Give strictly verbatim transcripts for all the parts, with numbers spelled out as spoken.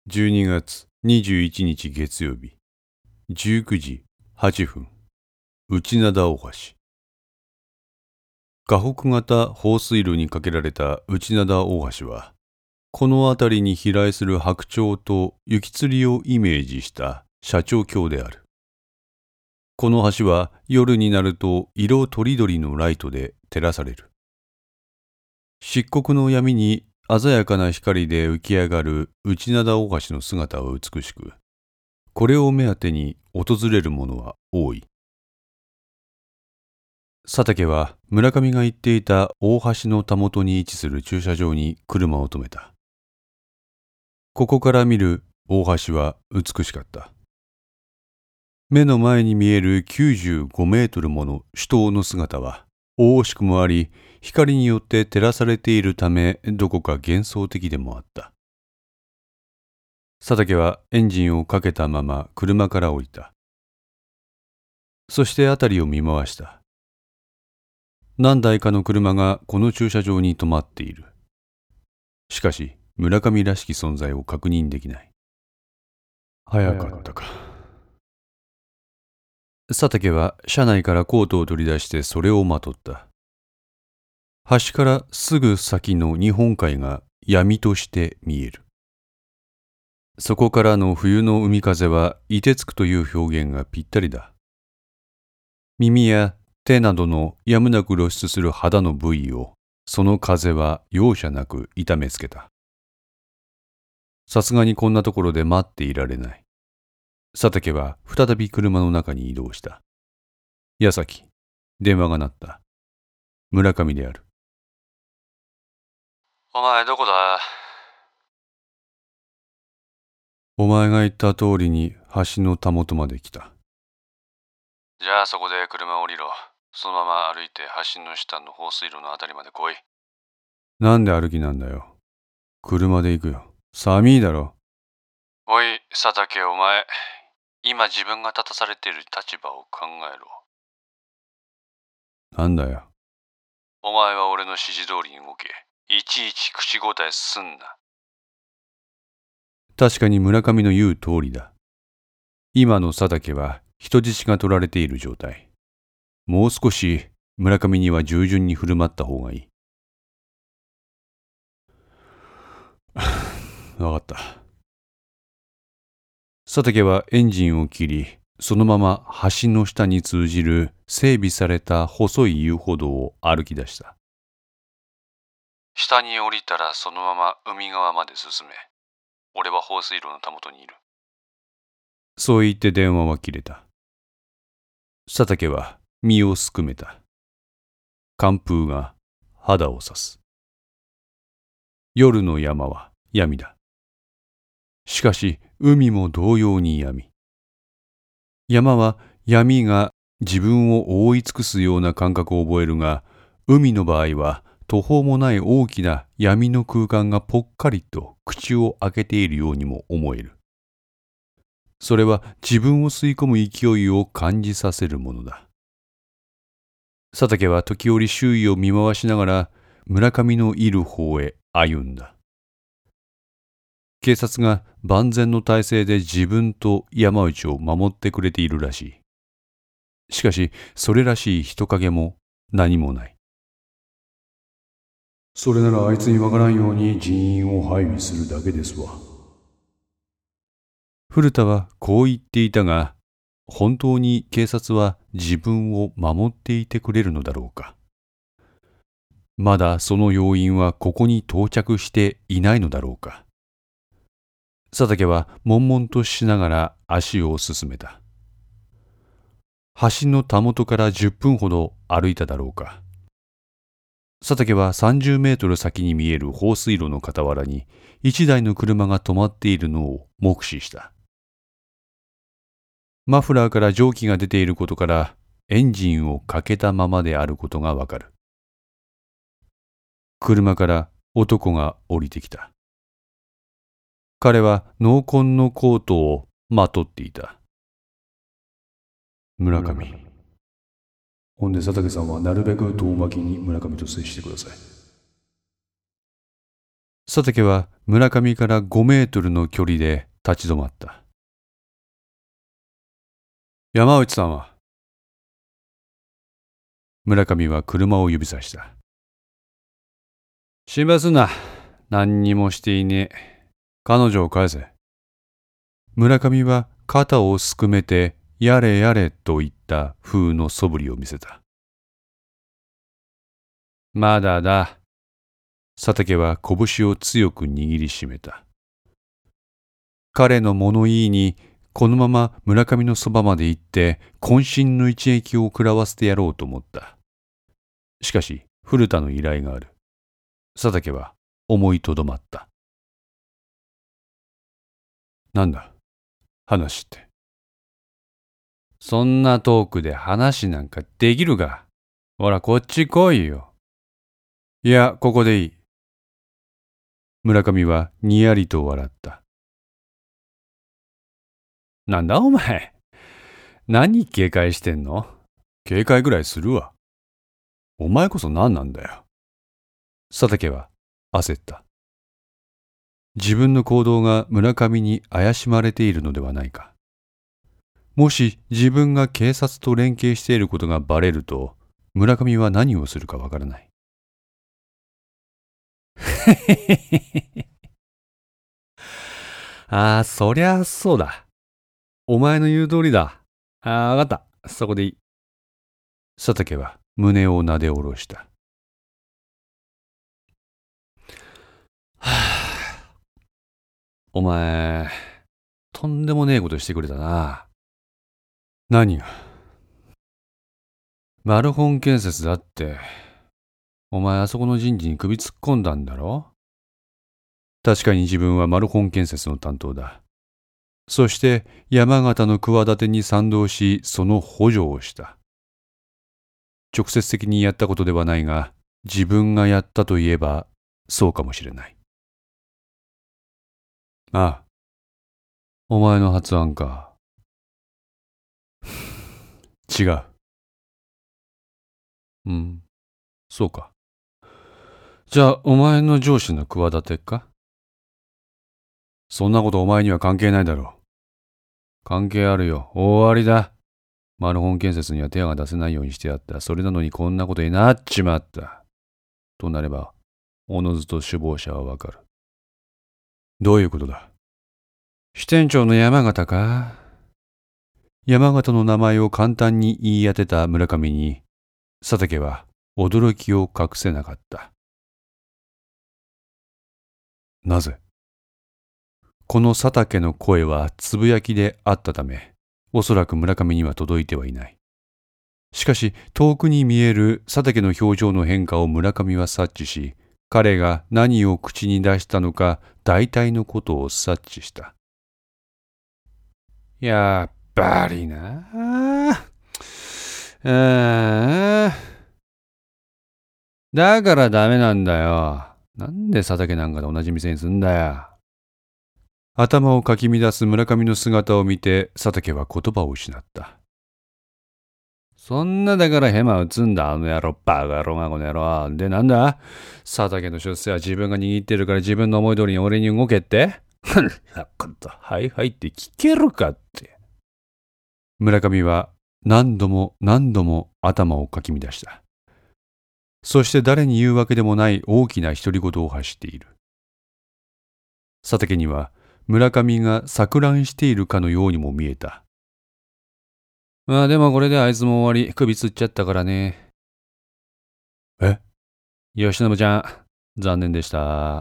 じゅうにがつにじゅういちにち月曜日、じゅうくじはっぷん、内灘大橋。河北型放水路に架けられた内灘大橋は、この辺りに飛来する白鳥と雪吊りをイメージした斜張橋である。この橋は夜になると色とりどりのライトで照らされる。漆黒の闇に鮮やかな光で浮き上がる内灘大橋の姿は美しく、これを目当てに訪れる者は多い。佐竹は村上が言っていた大橋のたもとに位置する駐車場に車を止めた。ここから見る大橋は美しかった。目の前に見えるきゅうじゅうごメートルもの主塔の姿は大しくもあり、光によって照らされているためどこか幻想的でもあった。佐竹はエンジンをかけたまま車から降りた。そして辺りを見回した。何台かの車がこの駐車場に止まっている。しかし村上らしき存在を確認できない。早かったか。佐竹は車内からコートを取り出してそれをまとった。橋からすぐ先の日本海が闇として見える。そこからの冬の海風は凍てつくという表現がぴったりだ。耳や手などのやむなく露出する肌の部位をその風は容赦なく痛めつけた。さすがにこんなところで待っていられない。佐竹は再び車の中に移動した。矢先、電話が鳴った。村上である。 お前どこだ？ お前が言った通りに橋のたもとまで来た。 じゃあそこで車を降りろ。そのまま歩いて橋の下の放水路のあたりまで来い。 なんで歩きなんだよ。車で行くよ。寒いだろ。 おい、佐竹お前。今自分が立たされている立場を考えろ。 なんだよ。 お前は俺の指示通りに動け。いちいち口答えすんな。 確かに村上の言う通りだ。今の佐竹は人質が取られている状態。もう少し村上には従順に振る舞った方がいい。わかった。佐竹はエンジンを切り、そのまま橋の下に通じる整備された細い遊歩道を歩き出した。 下に降りたらそのまま海側まで進め。俺は放水路のたもとにいる。 そう言って電話は切れた。佐竹は身をすくめた。寒風が肌を刺す。夜の山は闇だ。しかし海も同様に闇。山は闇が自分を覆い尽くすような感覚を覚えるが、海の場合は途方もない大きな闇の空間がぽっかりと口を開けているようにも思える。それは自分を吸い込む勢いを感じさせるものだ。佐竹は時折周囲を見回しながら村上のいる方へ歩んだ。警察が万全の体制で自分と山内を守ってくれているらしい。しかしそれらしい人影も何もない。 それならあいつにわからんように人員を配備するだけですわ。 古田はこう言っていたが、本当に警察は自分を守っていてくれるのだろうか。まだその要員はここに到着していないのだろうか。佐竹は悶々としながら足を進めた。橋のたもとからじゅっぷんほど歩いただろうか。佐竹はさんじゅうメートル先に見える放水路の傍らに一台の車が止まっているのを目視した。マフラーから蒸気が出ていることからエンジンをかけたままであることがわかる。車から男が降りてきた。彼は濃紺のコートをまとっていた。 村上。ほんで佐竹さんはなるべく遠巻きに村上と接してください。 佐竹は村上からごメートルの距離で立ち止まった。山内さんは？村上は車を指さした。心配すんな。何にもしていねえ。彼女を返せ。村上は肩をすくめてやれやれと言った風の素振りを見せた。まだだ。佐竹は拳を強く握りしめた。彼の物言いにこのまま村上のそばまで行って渾身の一撃を食らわせてやろうと思った。しかし古田の依頼がある。佐竹は思いとどまった。なんだ話って。そんなトークで話なんかできるか。ほらこっち来いよ。いやここでいい。村上はにやりと笑った。なんだお前。何警戒してんの？警戒ぐらいするわ。お前こそ何なんだよ。佐竹は焦った。自分の行動が村上に怪しまれているのではないか。もし自分が警察と連携していることがバレると、村上は何をするかわからない。ああ、そりゃそうだ。お前の言う通りだ。ああ、わかった。そこでいい。佐竹は胸をなで下ろした。はあ、お前、とんでもねえことしてくれたな。何が？マルホン建設だって。お前あそこの人事に首突っ込んだんだろ？確かに自分はマルホン建設の担当だ。そして山形の企てに賛同し、その補助をした。直接的にやったことではないが、自分がやったといえばそうかもしれない。ああ、お前の発案か。違う。うん、そうか。じゃあお前の上司の企てか？そんなことお前には関係ないだろう。関係あるよ。大ありだ。マルホン建設には手が出せないようにしてあった。それなのにこんなことになっちまった。となれば、おのずと首謀者はわかる。どういうことだ？支店長の山形か？山形の名前を簡単に言い当てた村上に、佐竹は驚きを隠せなかった。なぜ？この佐竹の声はつぶやきであったため、おそらく村上には届いてはいない。しかし遠くに見える佐竹の表情の変化を村上は察知し、彼が何を口に出したのか大体のことを察知した。やっぱりなあ。ああ。だからダメなんだよ。なんで佐竹なんかと同じ店にすんだよ。頭をかき乱す村上の姿を見て佐竹は言葉を失った。そんなだからヘマ打つんだ、あの野郎、バカ野郎がこの野郎。でなんだ？佐竹の出世は自分が握ってるから自分の思い通りに俺に動けって？ふんなこと、はいはいって聞けるかって。村上は何度も何度も頭をかき乱した。そして誰に言うわけでもない大きな独り言を発している。佐竹には村上が錯乱しているかのようにも見えた。まあでもこれであいつも終わり、首つっちゃったからね。え？吉信ちゃん、残念でした。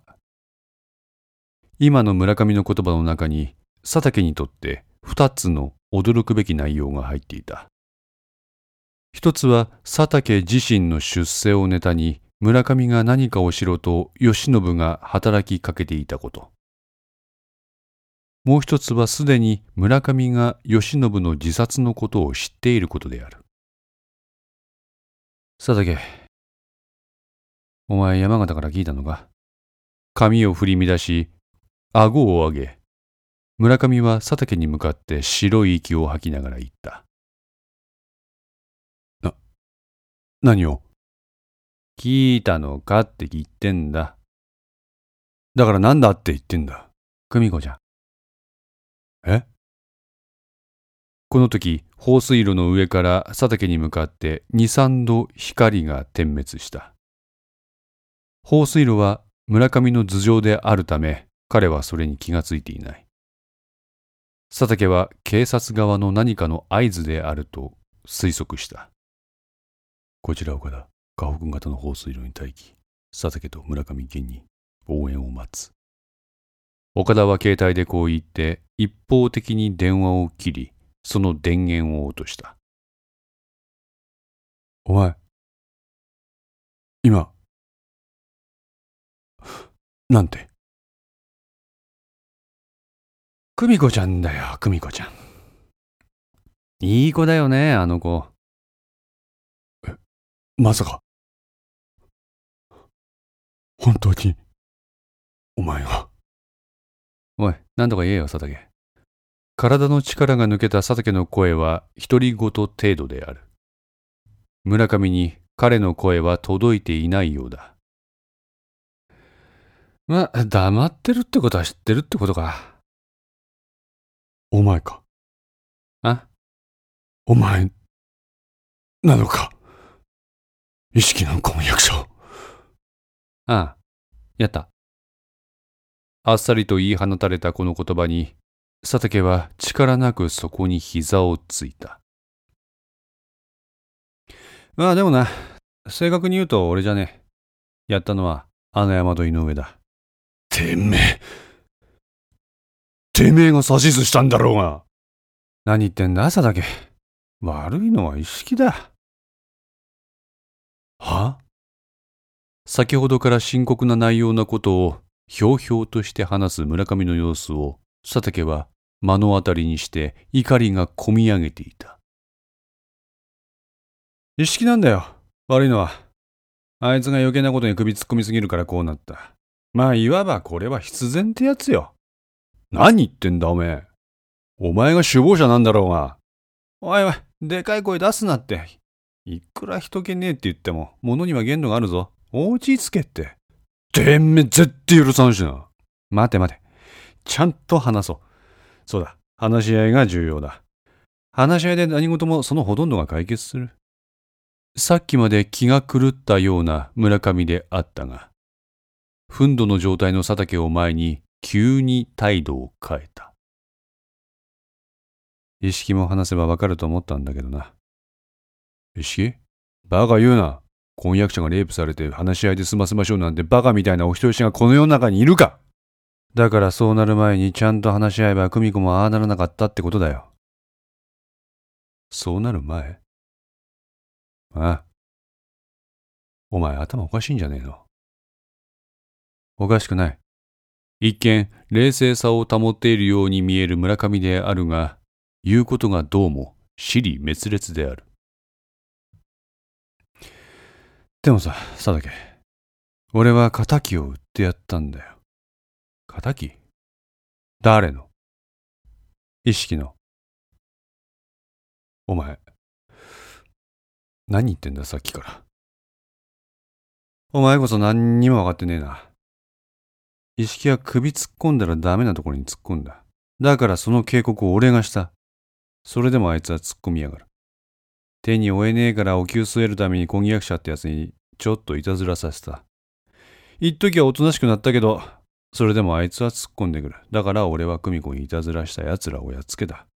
今の村上の言葉の中に佐竹にとって二つの驚くべき内容が入っていた。一つは佐竹自身の出世をネタに村上が何かをしろと吉信が働きかけていたこと。もう一つはすでに村上が吉信の自殺のことを知っていることである。佐竹、お前山形から聞いたのか？髪を振り乱し、顎を上げ、村上は佐竹に向かって白い息を吐きながら言った。な、何を？聞いたのかって言ってんだ。 だからなんだって言ってんだ。久美子ちゃん。え？この時、放水路の上から佐竹に向かって二三度光が点滅した。放水路は村上の頭上であるため、彼はそれに気がついていない。佐竹は警察側の何かの合図であると推測した。こちら岡田、河北型の放水路に待機。佐竹と村上健に応援を待つ。岡田は携帯でこう言って一方的に電話を切り、その電源を落とした。お前、今、なんて？久美子ちゃんだよ、久美子ちゃん。いい子だよね、あの子。え、まさか、本当に、お前が。おい、なんとか言えよ、佐竹。体の力が抜けた佐竹の声は独り言程度である。村上に彼の声は届いていないようだ。まあ、黙ってるってことは知ってるってことか。お前か。あ？お前、なのか。意識の婚約者を。ああ、やった。あっさりと言い放たれたこの言葉に、佐竹は力なくそこに膝をついた。まあでもな、正確に言うと俺じゃねえ。やったのはあの山戸井上だ。てめえ、てめえが指図したんだろうが。何言ってんだ佐竹。悪いのは意識だ。は？先ほどから深刻な内容なことをひょうひょうとして話す村上の様子を佐竹は目の当たりにして怒りがこみ上げていた。意識なんだよ、悪いのは。あいつが余計なことに首突っ込みすぎるからこうなった。まあいわばこれは必然ってやつよ。何言ってんだおめえ。お前が首謀者なんだろうが。おいおい、でかい声出すなって。いくら人気ねえって言っても物には限度があるぞ。落ち着けって。てめえ絶対許さんしな。待て待て。ちゃんと話そう。そうだ、話し合いが重要だ。話し合いで何事もそのほとんどが解決する。さっきまで気が狂ったような村上であったが、憤怒の状態の佐竹を前に急に態度を変えた。意識も話せばわかると思ったんだけどな。意識？バカ言うな。婚約者がレイプされて話し合いで済ませましょうなんてバカみたいなお人よしがこの世の中にいるか。だからそうなる前にちゃんと話し合えば久美子もああならなかったってことだよ。そうなる前？ああ。お前頭おかしいんじゃねえの？おかしくない。一見冷静さを保っているように見える村上であるが、言うことがどうも支離滅裂である。でもさ、佐竹、俺は仇を売ってやったんだよ。仇？誰の？意識の。お前、何言ってんださっきから。お前こそ何にも分かってねえな。意識は首突っ込んだらダメなところに突っ込んだ。だからその警告を俺がした。それでもあいつは突っ込みやがる。手に負えねえからお灸据えるために婚約者ってやつにちょっといたずらさせた。一時はおとなしくなったけど、それでもあいつは突っ込んでくる。だから俺は久美子にいたずらした奴らをやっつけた。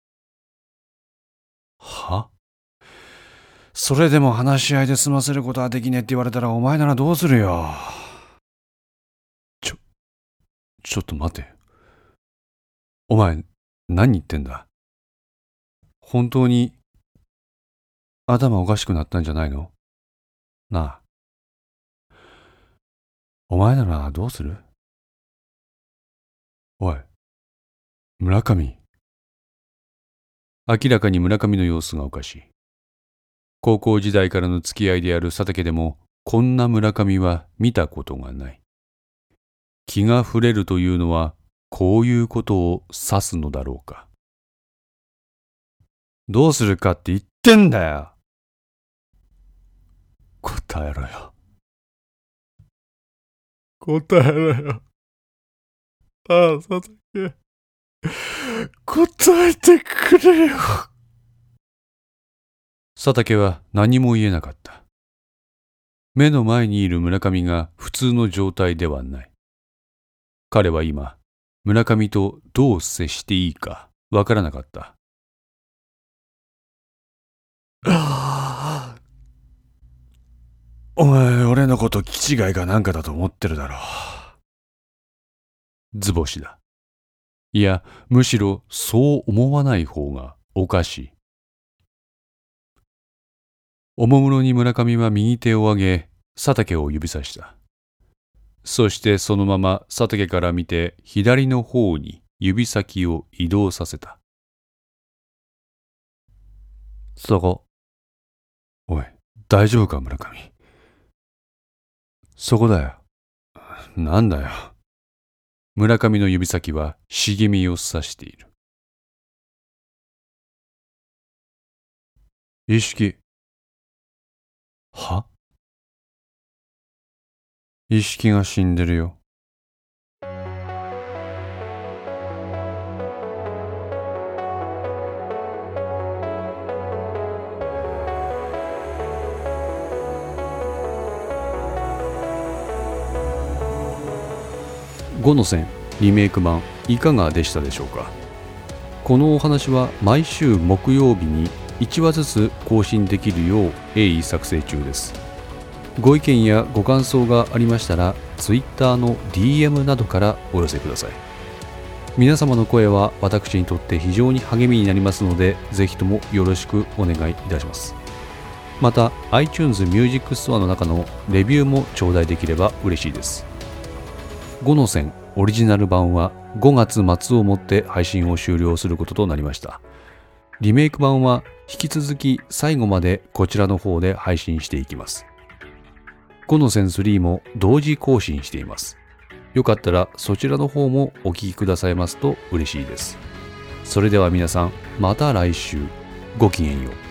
は？それでも話し合いで済ませることはできねえって言われたらお前ならどうするよ。ちょ、ちょっと待て。お前、何言ってんだ？本当に頭おかしくなったんじゃないの？なあ。お前ならどうする？おい、村上。明らかに村上の様子がおかしい。高校時代からの付き合いである佐竹でも、こんな村上は見たことがない。気が触れるというのは、こういうことを指すのだろうか。どうするかって言ってんだよ。答えろよ。答えろよ。 ああ、佐竹。答えてくれよ。佐竹は何も言えなかった。目の前にいる村上が普通の状態ではない。彼は今、村上とどう接していいかわからなかった。お前、俺のこと気違いかなんかだと思ってるだろう。図星だ。いや、むしろそう思わない方がおかしい。おもむろに村上は右手を上げ、佐竹を指さした。そしてそのまま佐竹から見て左の方に指先を移動させた。そこ。おい、大丈夫か村上。そこだよ。なんだよ。村上の指先は茂みを指している。意識。は？意識が死んでるよ。ごの線リメイク版いかがでしたでしょうか。このお話は毎週木曜日にいちわずつ更新できるよう鋭意作成中です。ご意見やご感想がありましたら Twitter の ディーエム などからお寄せください。皆様の声は私にとって非常に励みになりますので、ぜひともよろしくお願いいたします。また iTunes Music Store の中のレビューも頂戴できれば嬉しいです。ごの線オリジナル版はごがつ末をもって配信を終了することとなりました。リメイク版は引き続き最後までこちらの方で配信していきます。ごの線スリーも同時更新しています。よかったらそちらの方もお聞きくださいますと嬉しいです。それでは皆さん、また来週。ごきげんよう。